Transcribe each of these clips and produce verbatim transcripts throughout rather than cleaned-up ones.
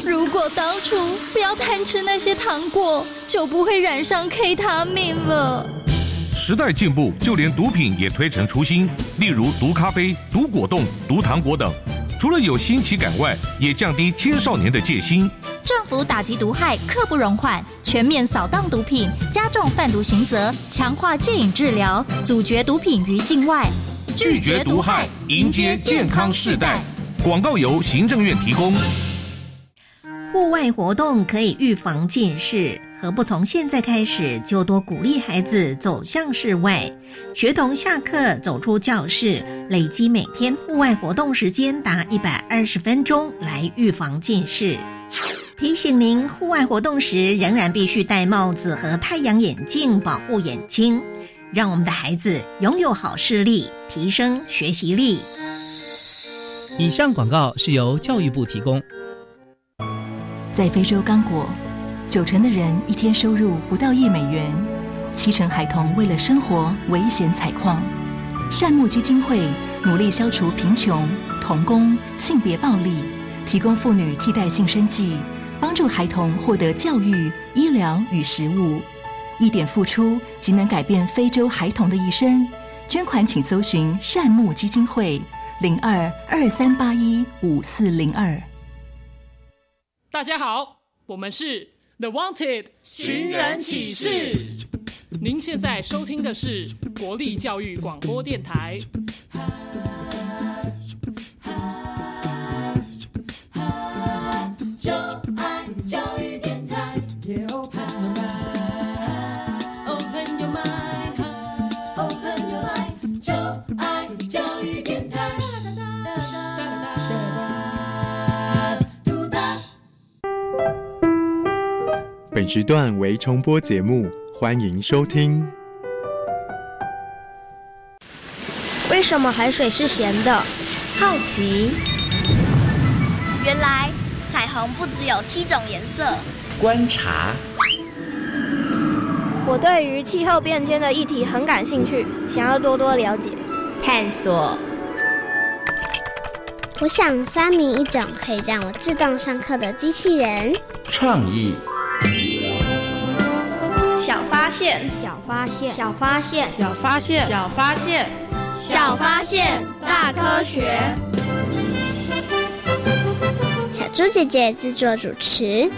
如果当初不要贪吃那些糖果，就不会染上 K 他命了。 时代进步，就连毒品也推陈出新，例如毒咖啡、毒果冻、毒糖果等。除了有新奇感外，也降低青少年的戒心。 政府打击毒害刻不容缓，全面扫荡毒品，加重贩毒刑责，强化戒瘾治疗，阻绝毒品于境外， 拒绝毒害，迎接健康世代。广告由行政院提供。 户外活动可以预防近视，何不从现在开始就多鼓励孩子走向室外？学童下课走出教室，累积每天户外活动时间达一百二十分钟，来预防近视。提醒您，户外活动时仍然必须戴帽子和太阳眼镜保护眼睛，让我们的孩子拥有好视力，提升学习力。 以上广告是由教育部提供。 在非洲刚果，九成的人一天收入不到一美元，七成孩童为了生活危险采矿。善牧基金会努力消除贫穷、童工、性别暴力，提供妇女替代性生计，帮助孩童获得教育、医疗与食物。一点付出即能改变非洲孩童的一生。捐款请搜寻善牧基金会零二二三八一五四零二。 大家好，我们是 The Wanted 寻人启事。您现在收听的是国立教育广播电台。 就爱教育电台。Yeah, open your mind, open your mind, open your mind。就爱教育电台。 本时段为重播节目，欢迎收听。 为什么海水是咸的？ 好奇。 原来彩虹不只有七种颜色。 观察。 我对于气候变迁的议题很感兴趣，想要多多了解。 探索。 我想发明一种可以让我自动上课的机器人。 创意。 小发现， 小发现，小发现， 小发现，小发现， 小发现，大科学。 小猪姐姐制作主持。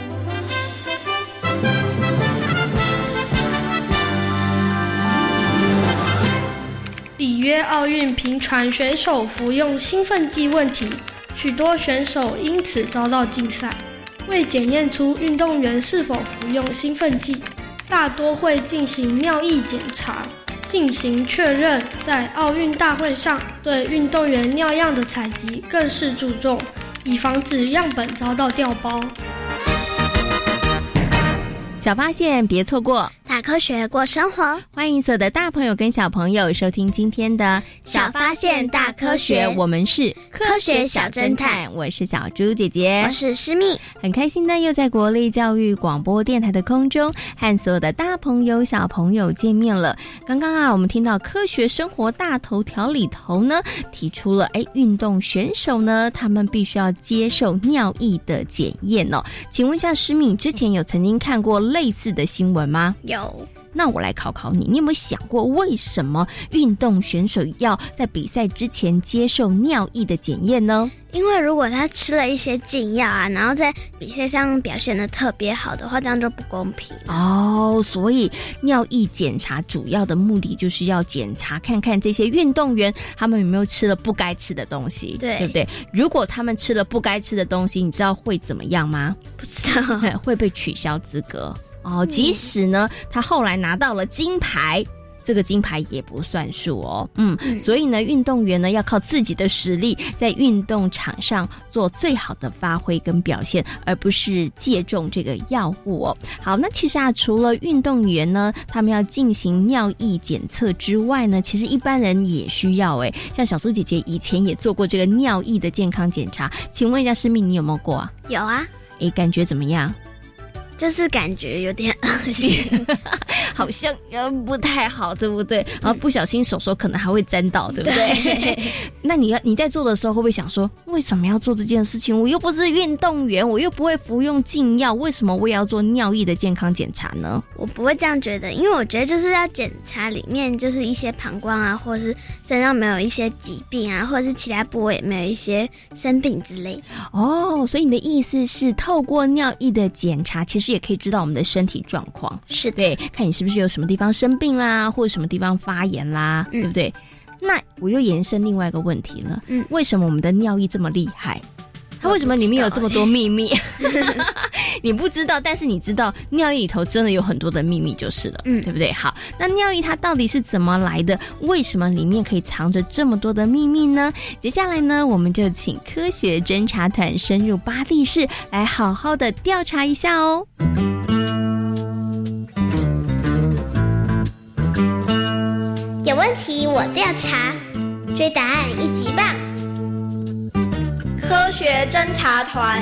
里约奥运频传选手服用兴奋剂问题，许多选手因此遭到禁赛。为检验出运动员是否服用兴奋剂，大多会进行尿液检查，进行确认。在奥运大会上，对运动员尿样的采集更是注重，以防止样本遭到调包。 小发现别错过， 大科学过生活。 欢迎所有的大朋友跟小朋友收听今天的小发现大科学， 我们是科学小侦探， 我是小猪姐姐， 我是诗蜜。 很开心呢，又在国立教育广播电台的空中和所有的大朋友小朋友见面了。刚刚啊，我们听到科学生活大头条里头呢，提出了哎，运动选手呢，他们必须要接受尿液的检验哦。请问一下诗蜜，之前有曾经看过类似的新闻吗？ 有。 那我来考考你，你有没有想过为什么运动选手要在比赛之前接受尿液的检验呢？ 因为如果他吃了一些禁药啊，然后在比赛上表现得特别好的话，这样就不公平哦。所以尿液检查主要的目的就是要检查看看这些运动员他们有没有吃了不该吃的东西， 对对不对？如果他们吃了不该吃的东西，你知道会怎么样吗？ 不知道， 会被取消资格哦。即使呢，他后来拿到了金牌，这个金牌也不算数哦。嗯，嗯所以呢，运动员呢要靠自己的实力，在运动场上做最好的发挥跟表现，而不是借重这个药物哦。好，那其实啊，除了运动员呢，他们要进行尿液检测之外呢，其实一般人也需要诶。像小猪姐姐以前也做过这个尿液的健康检查，请问一下诗蜜，你有没有过啊？ 有啊。 诶，感觉怎么样？ 就是感觉有点恶心。 好像呃不太好，对不对？然后不小心手手可能还会沾到，对不对？对那你要你在做的时候，会不会想说，为什么要做这件事情？我又不是运动员，我又不会服用禁药，为什么我也要做尿液的健康检查呢？ 我不会这样觉得，因为我觉得就是要检查里面就是一些膀胱啊，或者是身上没有一些疾病啊，或者是其他部位也没有一些生病之类的。 哦，所以你的意思是透过尿液的检查，其实也可以知道我们的身体状况， 是对，看你是不是有什么地方生病啦，或者什么地方发炎啦，嗯、对不对？那我又延伸另外一个问题了，嗯，为什么我们的尿液这么厉害？它为什么里面有这么多秘密？你不知道，但是你知道尿液里头真的有很多的秘密就是了，嗯，对不对？好，那尿液它到底是怎么来的？为什么里面可以藏着这么多的秘密呢？接下来呢，我们就请科学侦查团深入巴蒂市来好好的调查一下哦。 有问题我调查，追答案一级棒！ 科学侦查团。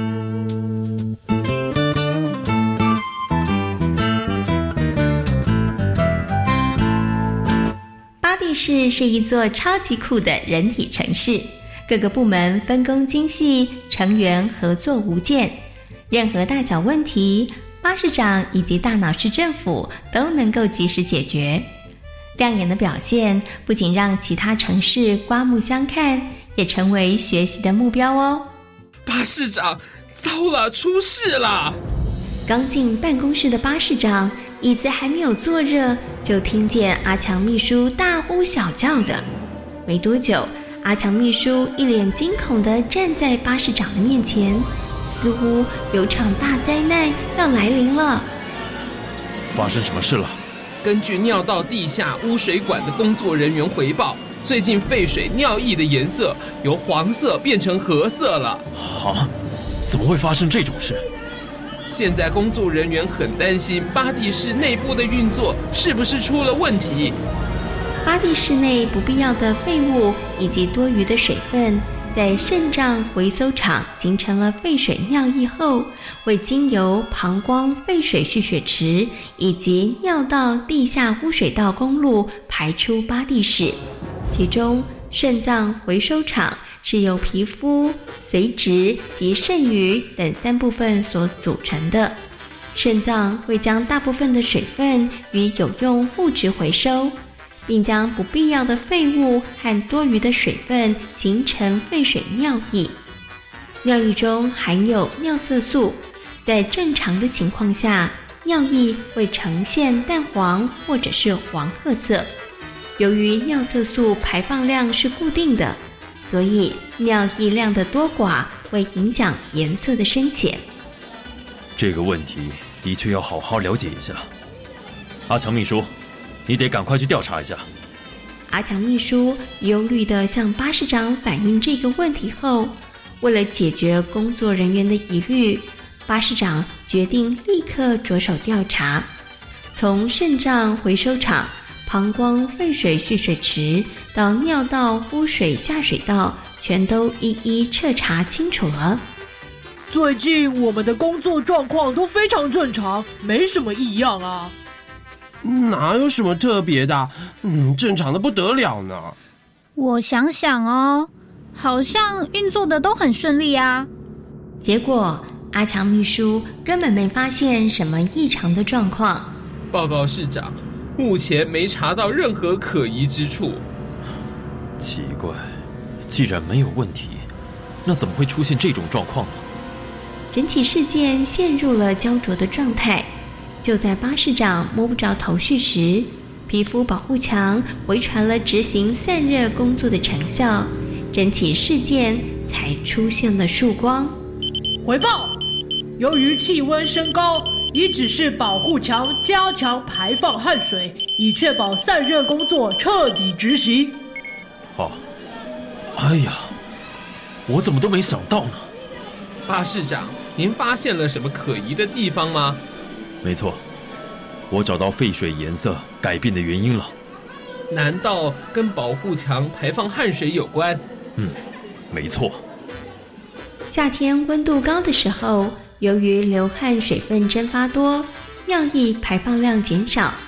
巴蒂市是一座超级酷的人体城市，各个部门分工精细，成员合作无间，任何大小问题，巴市长以及大脑市政府都能够及时解决。亮眼的表现不仅让其他城市刮目相看，也成为学习的目标哦。 巴市长，糟了，出事了！ 刚进办公室的巴市长椅子还没有坐热，就听见阿强秘书大呼小叫的。没多久，阿强秘书一脸惊恐地站在巴市长的面前，似乎有场大灾难要来临了。 发生什么事了？ 根据尿道地下污水管的工作人员回报，最近废水尿液的颜色由黄色变成褐色了。 啊，怎么会发生这种事？ 现在工作人员很担心巴蒂市内部的运作是不是出了问题。 巴蒂市内不必要的废物以及多余的水分，在肾脏回收厂形成了废水尿液后，会经由膀胱废水蓄水池以及尿道地下污水道公路排出巴蒂市。其中肾脏回收厂是由皮肤、髓质及肾盂等三部分所组成的。肾脏会将大部分的水分与有用物质回收，并将不必要的废物和多余的水分形成废水尿液。尿液中含有尿色素，在正常的情况下，尿液会呈现淡黄或者是黄褐色。由于尿色素排放量是固定的，所以尿液量的多寡会影响颜色的深浅。 这个问题的确要好好了解一下。阿强秘书，你得赶快去调查一下。 阿强秘书忧虑地向巴市长反映这个问题后，为了解决工作人员的疑虑，巴市长决定立刻着手调查，从肾脏回收厂、膀胱废水蓄水池到尿道污水下水道，全都一一彻查清楚了。 最近我们的工作状况都非常正常，没什么异样啊。 哪有什么特别的？嗯，正常的不得了呢。 我想想哦，好像运作的都很顺利啊。 结果阿强秘书根本没发现什么异常的状况。 报告市长，目前没查到任何可疑之处。 奇怪，既然没有问题，那怎么会出现这种状况呢？ 整起事件陷入了焦灼的状态。就在巴市长摸不着头绪时，皮肤保护墙回传了执行散热工作的成效，整起事件才出现了曙光。 回报，由于气温升高，已指示保护墙加强排放汗水，以确保散热工作彻底执行。 哦，哎呀，我怎么都没想到呢？ 巴市长，您发现了什么可疑的地方吗？ 没错，我找到废水颜色改变的原因了。 难道跟保护墙排放汗水有关？ 嗯，没错。 夏天温度高的时候，由于流汗水分蒸发多，尿液排放量减少，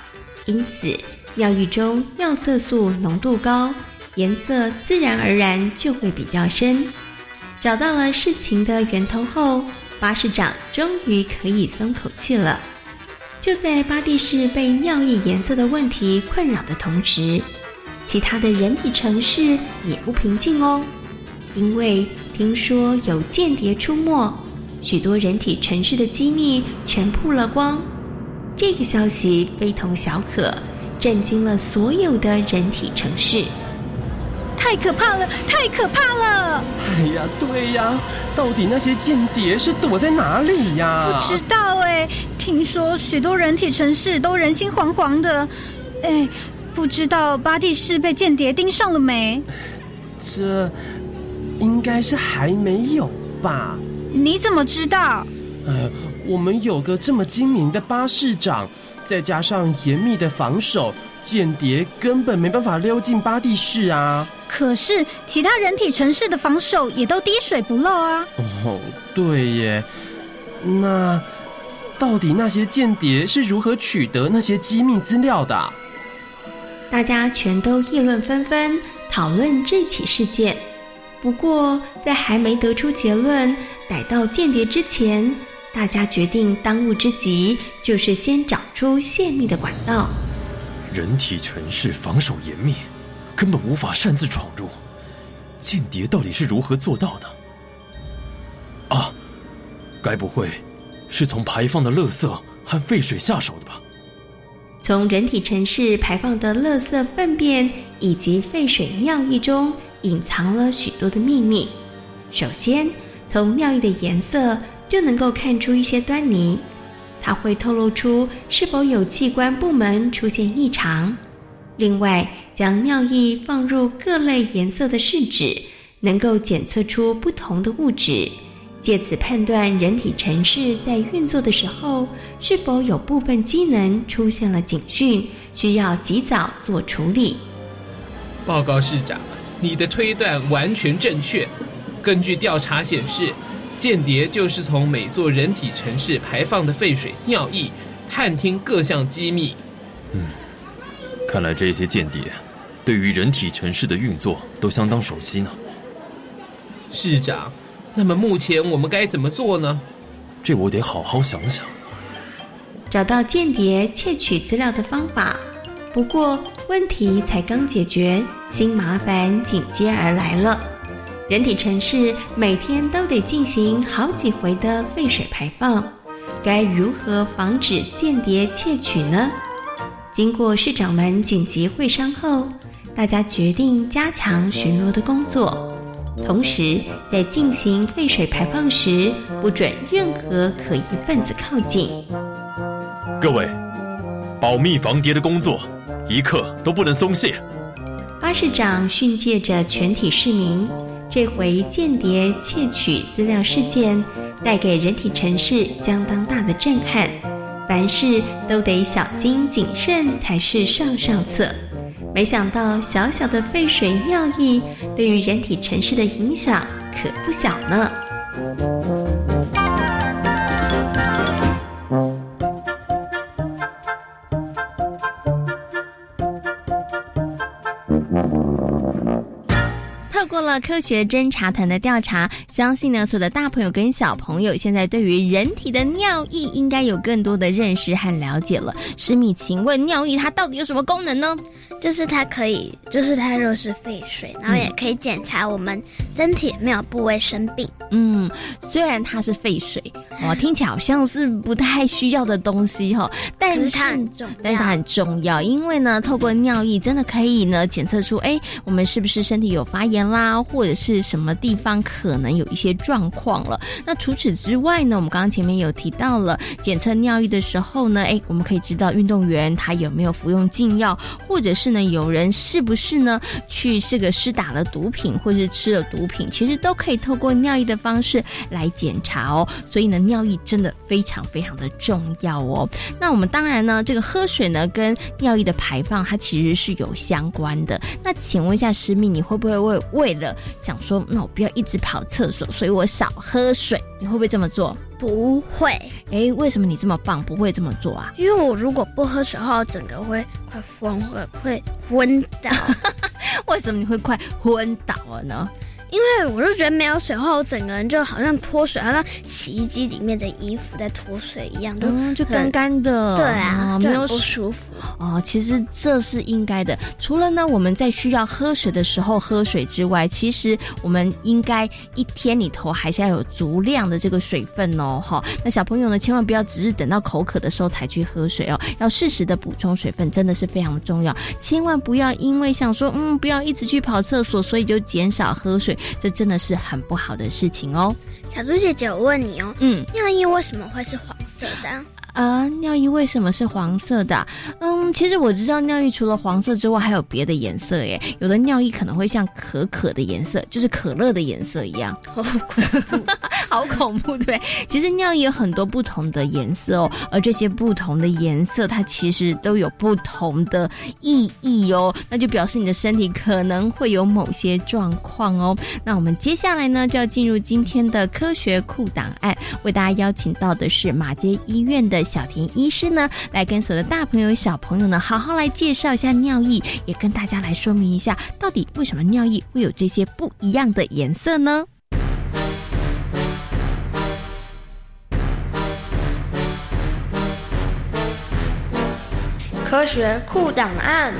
因此尿液中尿色素浓度高，颜色自然而然就会比较深。找到了事情的源头后，巴士长终于可以松口气了。就在巴蒂氏被尿液颜色的问题困扰的同时，其他的人体城市也不平静哦，因为听说有间谍出没，许多人体城市的机密全曝了光。这个消息非同小可，震惊了所有的人体城市。 太可怕了，太可怕了！ 哎呀，对呀，到底那些间谍是躲在哪里呀？ 不知道哎，听说许多人体城市都人心惶惶的。哎，不知道巴蒂氏被间谍盯上了没？ 这应该是还没有吧？ 你怎么知道？ 哎，我们有个这么精明的巴士长，再加上严密的防守，间谍根本没办法溜进巴蒂市啊。 可是其他人体城市的防守也都滴水不漏啊。 哦，对耶。那到底那些间谍是如何取得那些机密资料的啊？ 大家全都议论纷纷，讨论这起事件。不过在还没得出结论逮到间谍之前，大家决定当务之急就是先找出泄密的管道。 人体城市防守严密，根本无法擅自闯入，间谍到底是如何做到的？啊，该不会是从排放的垃圾和废水下手的吧？ 从人体城市排放的垃圾粪便以及废水尿液中隐藏了许多的秘密。首先，从尿液的颜色就能够看出一些端倪，它会透露出是否有器官部门出现异常。另外，将尿液放入各类颜色的试纸，能够检测出不同的物质，借此判断人体城市在运作的时候是否有部分机能出现了警讯，需要及早做处理。 报告市长，你的推断完全正确。根据调查显示，间谍就是从每座人体城市排放的废水尿液探听各项机密。 嗯，看来这些间谍对于人体城市的运作都相当熟悉呢。 市长，那么目前我们该怎么做呢？ 这我得好好想想。 找到间谍窃取资料的方法，不过问题才刚解决，新麻烦紧接而来了。人体城市每天都得进行好几回的废水排放，该如何防止间谍窃取呢？经过市长们紧急会商后，大家决定加强巡逻的工作，同时在进行废水排放时，不准任何可疑分子靠近。 各位，保密防谍的工作一刻都不能松懈。 巴士长训诫着全体市民，这回间谍窃取资料事件带给人体城市相当大的震撼，凡事都得小心谨慎才是上上策。没想到小小的废水尿液对于人体城市的影响可不小呢。 透过了科学侦查团的调查，相信呢所有的大朋友跟小朋友现在对于人体的尿液应该有更多的认识和了解了。诗米，请问尿液它到底有什么功能呢？ 就是它可以，就是它若是废水，然后也可以检查我们身体有没有部位生病。 嗯，虽然它是废水哦，听起来好像是不太需要的东西哈、哦，但是它很重要， 但是它很重要，因为呢，透过尿液真的可以呢检测出，哎，我们是不是身体有发炎啦，或者是什么地方可能有一些状况了。那除此之外呢，我们刚刚前面有提到了，检测尿液的时候呢，哎，我们可以知道运动员他有没有服用禁药，或者是呢有人是不是呢去这个施打了毒品，或者是吃了毒毒品，其实都可以透过尿液的方式来检查哦。所以呢，尿液真的非常非常的重要哦。那我们当然呢，这个喝水呢跟尿液的排放它其实是有相关的。那请问一下诗蜜，你会不会为为了想说，那我不要一直跑厕所，所以我少喝水，你会不会这么做？ 不会。 诶，为什么你这么棒，不会这么做啊？ 因为我如果不喝水的话，我整个会快昏会会昏倒。 为什么你会快昏倒了呢？ 因为我就觉得没有水后，我整个人就好像脱水，好像洗衣机里面的衣服在脱水一样，就、 嗯、就干干的。 对啊， 哦、没有不舒服。 哦，其实这是应该的。除了呢，我们在需要喝水的时候喝水之外，其实我们应该一天里头还是要有足量的这个水分哦。哈，那小朋友呢，千万不要只是等到口渴的时候才去喝水哦，要适时的补充水分，真的是非常重要。千万不要因为想说，嗯，不要一直去跑厕所，所以就减少喝水。这真的是很不好的事情哦。 小猪姐姐，我问你哦， 嗯， 尿液为什么会是黄色的啊？ 呃，尿液为什么是黄色的？嗯，其实我知道尿液除了黄色之外，还有别的颜色耶。有的尿液可能会像可可的颜色，就是可乐的颜色一样。 好恐怖， 好恐怖，对。其实尿液有很多不同的颜色哦，而这些不同的颜色，它其实都有不同的意义哦。那就表示你的身体可能会有某些状况哦。那我们接下来呢，就要进入今天的科学库档案，为大家邀请到的是马偕医院的小田医师呢，来跟所有的大朋友小朋友呢好好来介绍一下尿液，也跟大家来说明一下到底为什么尿液会有这些不一样的颜色呢？ 科学库档案。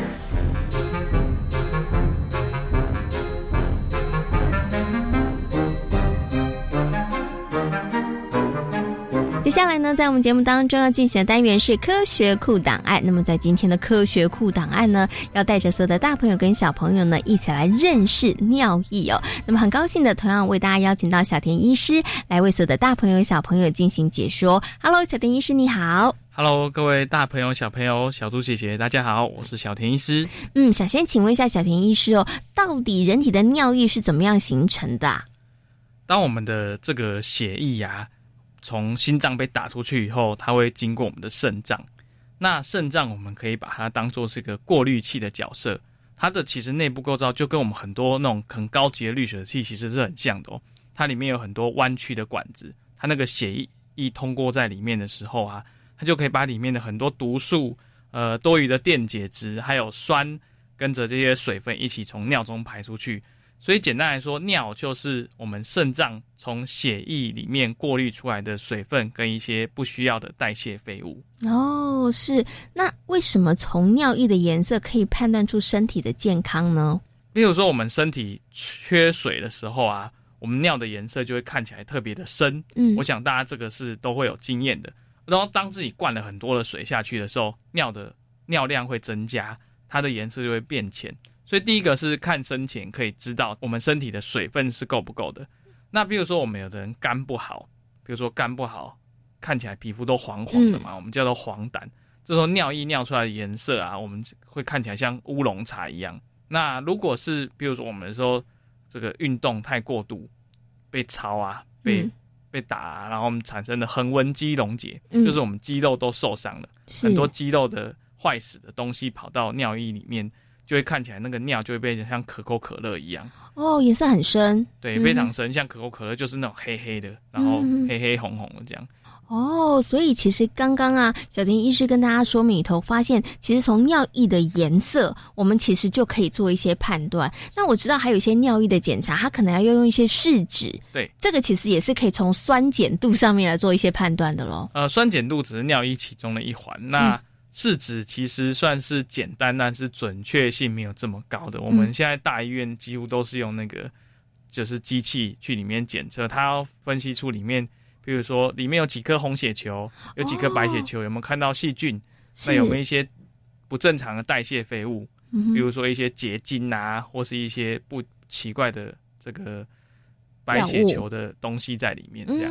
接下来呢，在我们节目当中要进行的单元是科学库档案。那么在今天的科学库档案呢，要带着所有的大朋友跟小朋友呢一起来认识尿液哦。那么很高兴的，同样为大家邀请到小田医师来为所有的大朋友小朋友进行解说。Hello， 小田医师你好。 Hello， 各位大朋友、小朋友、小猪姐姐，大家好，我是小田医师。 嗯，想先请问一下小田医师哦，到底人体的尿液是怎么样形成的啊？ 当我们的这个血液啊，从心脏被打出去以后，它会经过我们的肾脏。那肾脏我们可以把它当作是一个过滤器的角色，它的其实内部构造就跟我们很多那种很高级的滤水器其实是很像的哦。它里面有很多弯曲的管子，它那个血液通过在里面的时候啊，它就可以把里面的很多毒素、呃多余的电解质，还有酸，跟着这些水分一起从尿中排出去。所以简单来说，尿就是我们肾脏从血液里面过滤出来的水分跟一些不需要的代谢废物。 哦，是。那为什么从尿液的颜色可以判断出身体的健康呢？ 比如说我们身体缺水的时候啊，我们尿的颜色就会看起来特别的深。嗯，我想大家这个是都会有经验的。然后当自己灌了很多的水下去的时候，尿的尿量会增加，它的颜色就会变浅。所以第一个是看深浅可以知道我们身体的水分是够不够的。那比如说我们有的人肝不好，比如说肝不好看起来皮肤都黄黄的嘛、嗯、我们叫做黄疸，这时候尿液尿出来的颜色啊，我们会看起来像乌龙茶一样。那如果是比如说我们说这个运动太过度，被操啊被、嗯、被打啊，然后我们产生的横纹肌溶解、嗯、就是我们肌肉都受伤了，很多肌肉的坏死的东西跑到尿液里面，就会看起来那个尿就会变成像可口可乐一样。 哦，颜色很深。 对，非常深、嗯、像可口可乐就是那种黑黑的，然后黑黑红红的这样。 哦，所以其实刚刚啊，小田医师跟大家说明里头发现，其实从尿液的颜色，我们其实就可以做一些判断。那我知道还有一些尿液的检查，它可能要用一些试纸。 对， 这个其实也是可以从酸碱度上面来做一些判断的咯。 呃，酸碱度只是尿液其中的一环，那、嗯试纸其实算是简单，但是准确性没有这么高的。我们现在大医院几乎都是用那个就是机器去里面检测，它要分析出里面，比如说里面有几颗红血球，有几颗白血球，哦、有没有看到细菌，那有没有一些不正常的代谢废物，比如说一些结晶啊，或是一些不奇怪的这个白血球的东西在里面，这样子。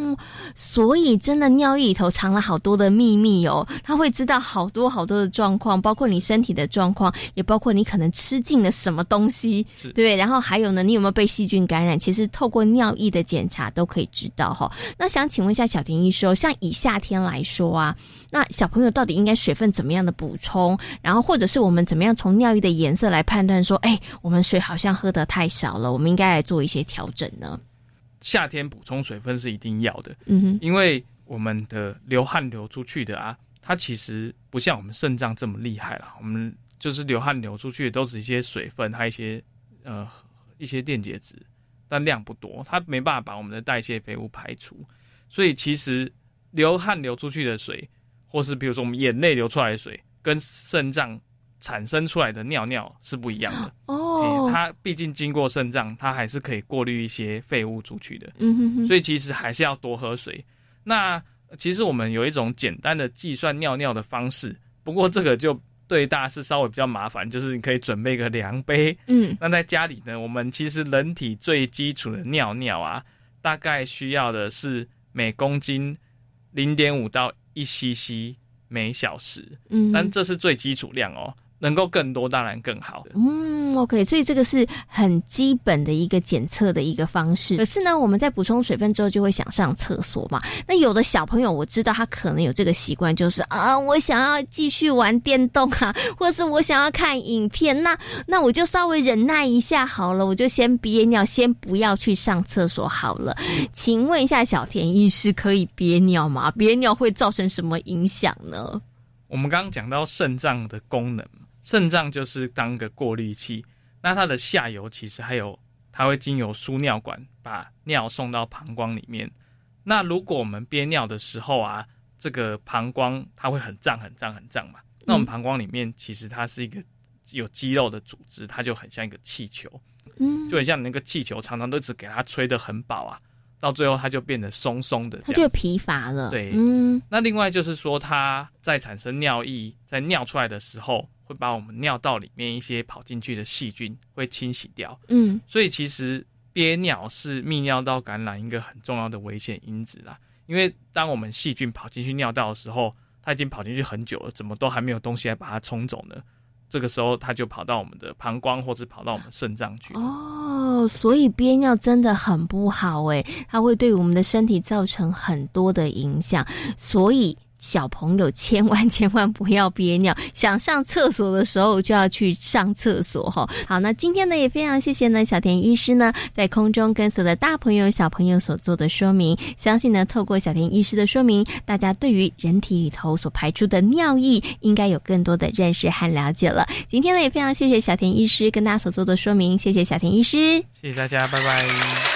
嗯，所以真的尿液里头藏了好多的秘密哦，它会知道好多好多的状况，包括你身体的状况，也包括你可能吃进了什么东西，对，然后还有呢，你有没有被细菌感染，其实透过尿液的检查都可以知道哈。那想请问一下小田医师哦，像以夏天来说啊，那小朋友到底应该水分怎么样的补充，然后或者是我们怎么样从尿液的颜色来判断说，哎，我们水好像喝得太少了，我们应该来做一些调整呢？ 夏天补充水分是一定要的， 嗯哼， 因为我们的流汗流出去的啊，它其实不像我们肾脏这么厉害啦，我们就是流汗流出去的都是一些水分，还有一些呃一些电解质，但量不多，它没办法把我们的代谢废物排除，所以其实流汗流出去的水，或是比如说我们眼泪流出来的水，跟肾脏产生出来的尿尿是不一样的哦、欸。它毕竟经过肾脏，它还是可以过滤一些废物出去的。嗯哼哼。所以其实还是要多喝水。那其实我们有一种简单的计算尿尿的方式，不过这个就对大家是稍微比较麻烦，就是你可以准备一个量杯。嗯。那在家里呢，我们其实人体最基础的尿尿啊，大概需要的是每公斤零点五到一 C C 每小时。嗯。但这是最基础量哦。能够更多当然更好。 嗯 OK， 所以这个是很基本的一个检测的一个方式。可是呢，我们在补充水分之后就会想上厕所嘛，那有的小朋友我知道他可能有这个习惯，就是啊我想要继续玩电动啊，或是我想要看影片，那那我就稍微忍耐一下好了，我就先憋尿，先不要去上厕所好了。请问一下小田医师，可以憋尿吗？憋尿会造成什么影响呢？ 我们刚刚讲到肾脏的功能，肾脏就是当个过滤器，那它的下游其实还有，它会经由输尿管把尿送到膀胱里面。那如果我们憋尿的时候啊，这个膀胱它会很胀很胀很胀嘛，那我们膀胱里面其实它是一个有肌肉的组织，它就很像一个气球，嗯，就很像你那个气球常常都只给它吹得很饱啊，到最后它就变得松松的，它就疲乏了。 对，嗯。那另外就是说，它在产生尿液，在尿出来的时候，会把我们尿道里面一些跑进去的细菌会清洗掉。嗯。所以其实憋尿是泌尿道感染一个很重要的危险因子啦。因为当我们细菌跑进去尿道的时候，它已经跑进去很久了，怎么都还没有东西来把它冲走呢？这个时候它就跑到我们的膀胱或是跑到我们肾脏去。 哦，所以憋尿真的很不好耶，它会对我们的身体造成很多的影响，所以小朋友千万千万不要憋尿，想上厕所的时候就要去上厕所齁。好，那今天呢也非常谢谢呢小田医师呢在空中跟所有的大朋友小朋友所做的说明，相信呢透过小田医师的说明，大家对于人体里头所排出的尿液应该有更多的认识和了解了。今天呢也非常谢谢小田医师跟大家所做的说明，谢谢小田医师， 谢谢大家，拜拜。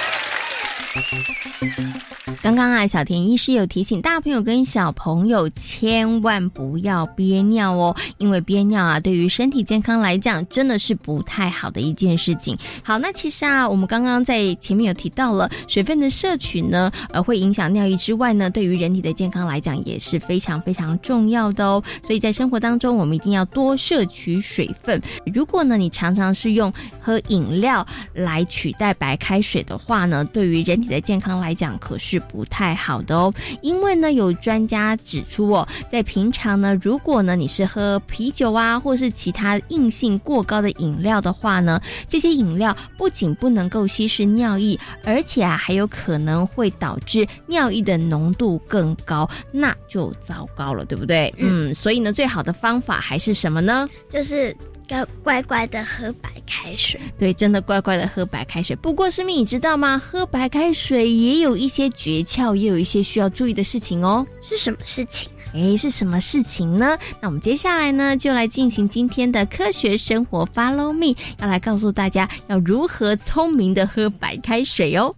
刚刚啊，小田医师有提醒大朋友跟小朋友千万不要憋尿哦，因为憋尿啊，对于身体健康来讲，真的是不太好的一件事情。好，那其实啊，我们刚刚在前面有提到了水分的摄取呢，呃，会影响尿液之外呢，对于人体的健康来讲也是非常非常重要的哦。所以在生活当中，我们一定要多摄取水分。如果呢，你常常是用喝饮料来取代白开水的话呢，对于人体的健康来讲，可是不太好的哦。因为呢，有专家指出哦，在平常呢，如果呢你是喝啤酒啊，或是其他硬性过高的饮料的话呢，这些饮料不仅不能够稀释尿液，而且啊还有可能会导致尿液的浓度更高，那就糟糕了，对不对？嗯，所以呢，最好的方法还是什么呢？ 就是要乖乖的喝白开水。 对，真的乖乖的喝白开水。不过诗敏你知道吗？喝白开水也有一些诀窍，也有一些需要注意的事情哦。 是什么事情啊？ 诶，是什么事情呢？那我们接下来呢，就来进行今天的科学生活 Follow Me， 要来告诉大家要如何聪明的喝白开水哦。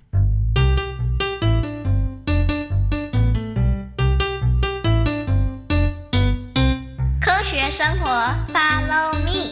科学生活 Follow Me。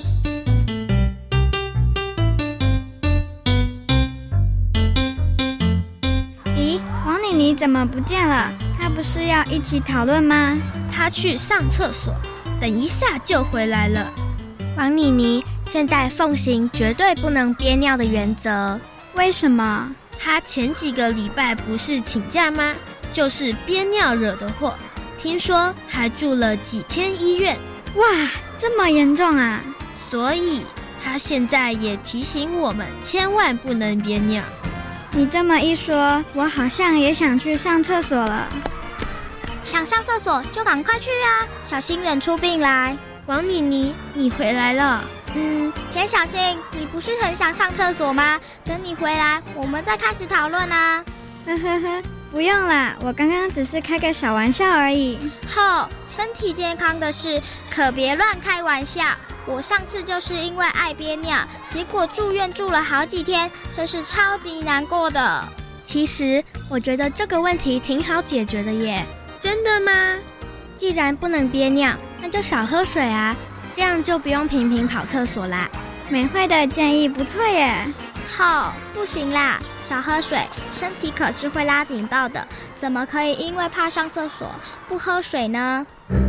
咦，王妮妮怎么不见了？她不是要一起讨论吗？ 她去上厕所，等一下就回来了。王妮妮现在奉行绝对不能憋尿的原则。 为什么？ 她前几个礼拜不是请假吗？ 就是憋尿惹的祸，听说还住了几天医院。 哇，这么严重啊！ 所以他现在也提醒我们千万不能憋尿。 你这么一说，我好像也想去上厕所了。 想上厕所就赶快去啊，小心忍出病来。 王妮妮，你回来了。 嗯，田小新，你不是很想上厕所吗？等你回来，我们再开始讨论啊。 呵呵呵，不用啦，我刚刚只是开个小玩笑而已。 吼，身体健康的事可别乱开玩笑。我上次就是因为爱憋尿，结果住院住了好几天，真是超级难过的。 其实我觉得这个问题挺好解决的耶。真的吗？既然不能憋尿，那就少喝水啊，这样就不用频频跑厕所啦。 美惠的建议不错耶。 吼，不行啦，少喝水，身体可是会拉警报的，怎么可以因为怕上厕所不喝水呢？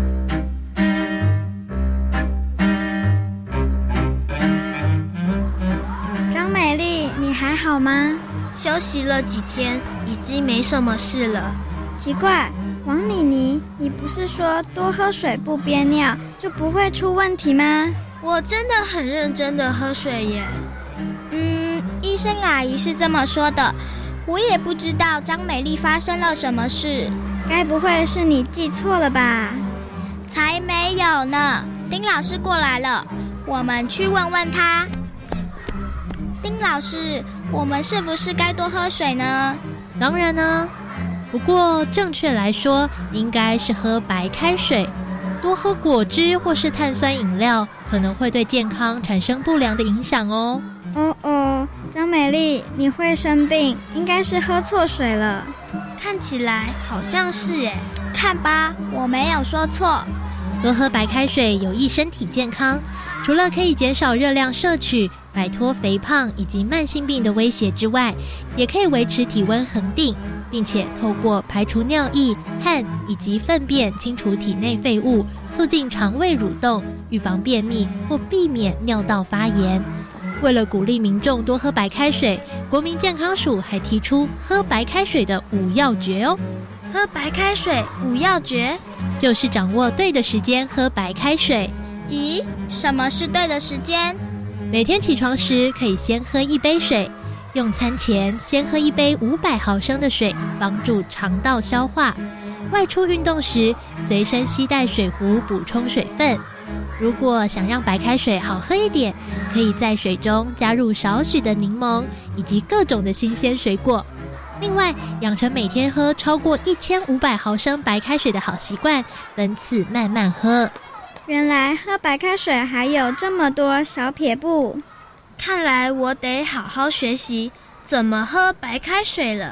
张美丽，你还好吗？ 休息了几天，已经没什么事了。 奇怪，王妮妮，你不是说多喝水不憋尿就不会出问题吗？ 我真的很认真的喝水耶。 嗯，医生阿姨是这么说的，我也不知道张美丽发生了什么事。 该不会是你记错了吧？ 才没有呢。丁老师过来了，我们去问问他。丁老师，我们是不是该多喝水呢？ 当然呢，不过正确来说应该是喝白开水，多喝果汁或是碳酸饮料可能会对健康产生不良的影响哦。 哦哦，张美丽，你会生病，应该是喝错水了。 看起来好像是耶。 看吧，我没有说错。 多喝白开水有益身体健康，除了可以减少热量摄取，摆脱肥胖以及慢性病的威胁之外，也可以维持体温恒定，并且透过排除尿液、汗以及粪便清除体内废物，促进肠胃蠕动，预防便秘或避免尿道发炎。为了鼓励民众多喝白开水，国民健康署还提出喝白开水的五要诀哦。 喝白开水五要诀就是掌握对的时间喝白开水。 咦，什么是对的时间？ 每天起床时可以先喝一杯水，用餐前先喝一杯五百毫升的水，帮助肠道消化。外出运动时随身携带水壶补充水分。如果想让白开水好喝一点，可以在水中加入少许的柠檬以及各种的新鲜水果。另外，养成每天喝超过一千五百毫升白开水的好习惯，分次慢慢喝。 原来喝白开水还有这么多小撇步， 看来我得好好学习怎么喝白开水了。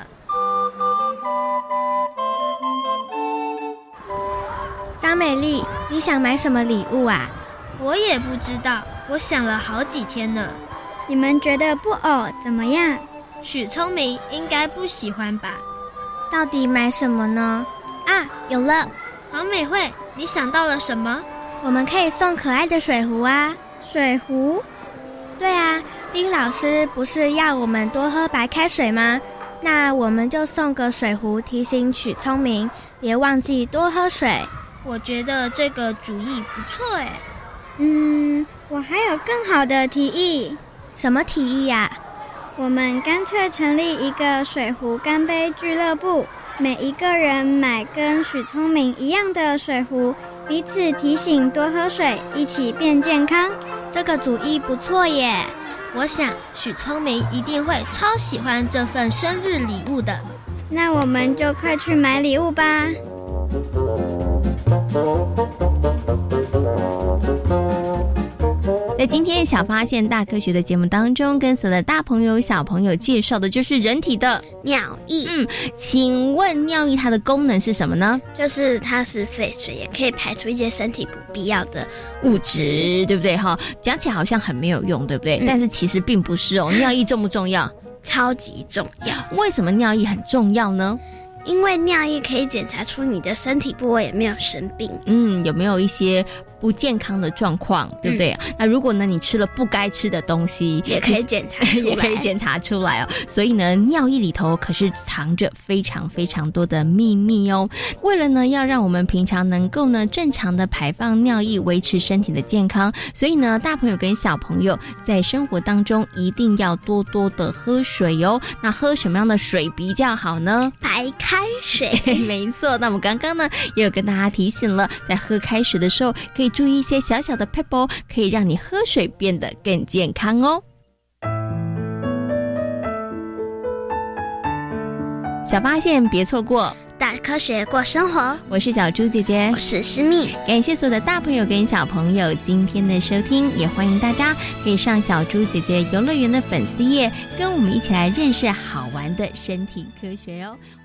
张美丽，你想买什么礼物啊？我也不知道，我想了好几天呢。 你们觉得布偶怎么样？ 许聪明应该不喜欢吧？到底买什么呢？啊，有了！黄美惠，你想到了什么？我们可以送可爱的水壶啊！ 水壶？ 对啊，丁老师不是要我们多喝白开水吗？那我们就送个水壶，提醒许聪明别忘记多喝水。我觉得这个主意不错哎。 嗯，我还有更好的提议。 什么提议呀？ 我们干脆成立一个水壶干杯俱乐部，每一个人买跟许聪明一样的水壶，彼此提醒多喝水，一起变健康。 这个主意不错耶！我想许聪明一定会超喜欢这份生日礼物的。 那我们就快去买礼物吧。 在今天小发现大科学的节目当中，跟所有的大朋友小朋友介绍的就是人体的尿液。 嗯，请问尿液它的功能是什么呢？ 就是它是废水，也可以排除一些身体不必要的物质，对不对哈？讲起来好像很没有用，对不对？嗯、但是其实并不是哦。尿液重不重要？ 超级重要。 为什么尿液很重要呢？ 因为尿液可以检查出你的身体部位有没有生病。 嗯，有没有一些不健康的状况，对不对？嗯、那如果呢你吃了不该吃的东西， 也可以检查出来， 也可以检查出来哦。所以呢，尿液里头可是藏着非常非常多的秘密哦。为了呢要让我们平常能够呢正常的排放尿液，维持身体的健康，所以呢大朋友跟小朋友在生活当中一定要多多的喝水哦。那喝什么样的水比较好呢？ 白开水。 没错，那我们刚刚呢也有跟大家提醒了，在喝开水的时候可以注意一些小小的 pebble， 可以让你喝水变得更健康哦。小发现别错过， 大科学过生活。 我是小猪姐姐， 我是诗蜜。 感谢所有的大朋友跟小朋友今天的收听，也欢迎大家可以上小猪姐姐游乐园的粉丝页，跟我们一起来认识好玩的身体科学哦。